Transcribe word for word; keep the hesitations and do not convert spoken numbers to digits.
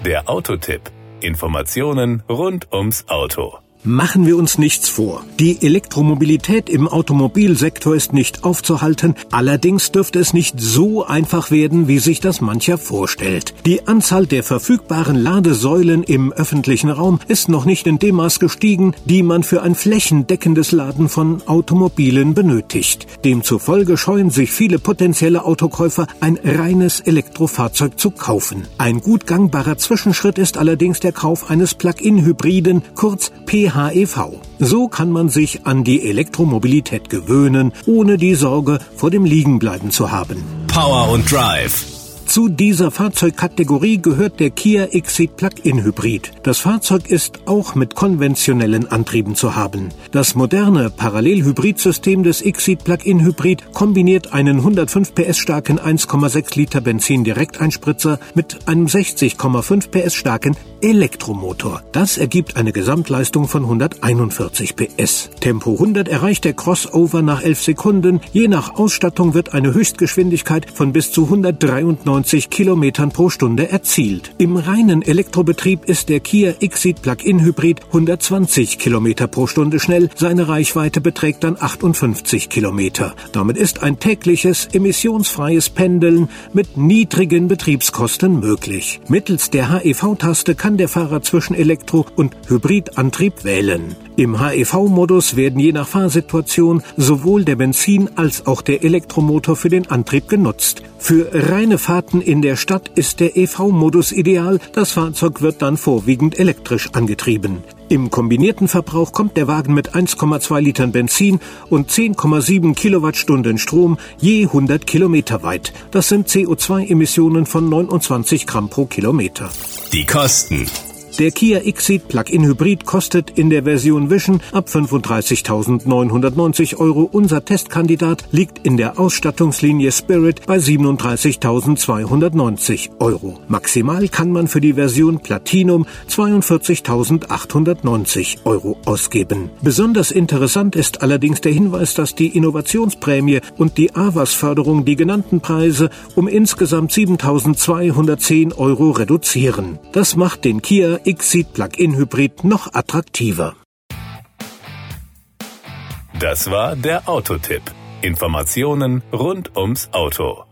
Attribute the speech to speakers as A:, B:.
A: Der Autotipp. Informationen rund ums Auto.
B: Machen wir uns nichts vor. Die Elektromobilität im Automobilsektor ist nicht aufzuhalten. Allerdings dürfte es nicht so einfach werden, wie sich das mancher vorstellt. Die Anzahl der verfügbaren Ladesäulen im öffentlichen Raum ist noch nicht in dem Maß gestiegen, die man für ein flächendeckendes Laden von Automobilen benötigt. Demzufolge scheuen sich viele potenzielle Autokäufer, ein reines Elektrofahrzeug zu kaufen. Ein gut gangbarer Zwischenschritt ist allerdings der Kauf eines Plug-in-Hybriden, kurz P H E V. So kann man sich an die Elektromobilität gewöhnen, ohne die Sorge vor dem Liegenbleiben zu haben.
A: Power und Drive.
B: Zu dieser Fahrzeugkategorie gehört der Kia Exeed Plug-in Hybrid. Das Fahrzeug ist auch mit konventionellen Antrieben zu haben. Das moderne Parallel-Hybrid-System des Exeed Plug-in Hybrid kombiniert einen hundertfünf P S starken eins Komma sechs Liter Benzin-Direkteinspritzer mit einem sechzig Komma fünf P S starken Elektromotor. Das ergibt eine Gesamtleistung von hunderteinundvierzig P S. Tempo hundert erreicht der Crossover nach elf Sekunden. Je nach Ausstattung wird eine Höchstgeschwindigkeit von bis zu hundertdreiundneunzig Kilometern pro Stunde erzielt. Im reinen Elektrobetrieb ist der Kia Exeed Plug-in Hybrid hundertzwanzig Kilometer pro Stunde schnell. Seine Reichweite beträgt dann achtundfünfzig Kilometer. Damit ist ein tägliches, emissionsfreies Pendeln mit niedrigen Betriebskosten möglich. Mittels der H E V-Taste kann der Fahrer zwischen Elektro- und Hybridantrieb wählen. Im H E V-Modus werden je nach Fahrsituation sowohl der Benzin- als auch der Elektromotor für den Antrieb genutzt. Für reine Fahrten in der Stadt ist der E V-Modus ideal. Das Fahrzeug wird dann vorwiegend elektrisch angetrieben. Im kombinierten Verbrauch kommt der Wagen mit eins Komma zwei Litern Benzin und zehn Komma sieben Kilowattstunden Strom je hundert Kilometer weit. Das sind C O zwei Emissionen von neunundzwanzig Gramm pro Kilometer.
A: Die Kosten.
B: Der Kia Exeed Plug-in Hybrid kostet in der Version Vision ab fünfunddreißigtausendneunhundertneunzig Euro. Unser Testkandidat liegt in der Ausstattungslinie Spirit bei siebenunddreißigtausendzweihundertneunzig Euro. Maximal kann man für die Version Platinum zweiundvierzigtausendachthundertneunzig Euro ausgeben. Besonders interessant ist allerdings der Hinweis, dass die Innovationsprämie und die A W A S-Förderung die genannten Preise um insgesamt siebentausendzweihundertzehn Euro reduzieren. Das macht den Kia Exeed Plug-in Hybrid noch attraktiver.
A: Das war der Autotipp. Informationen rund ums Auto.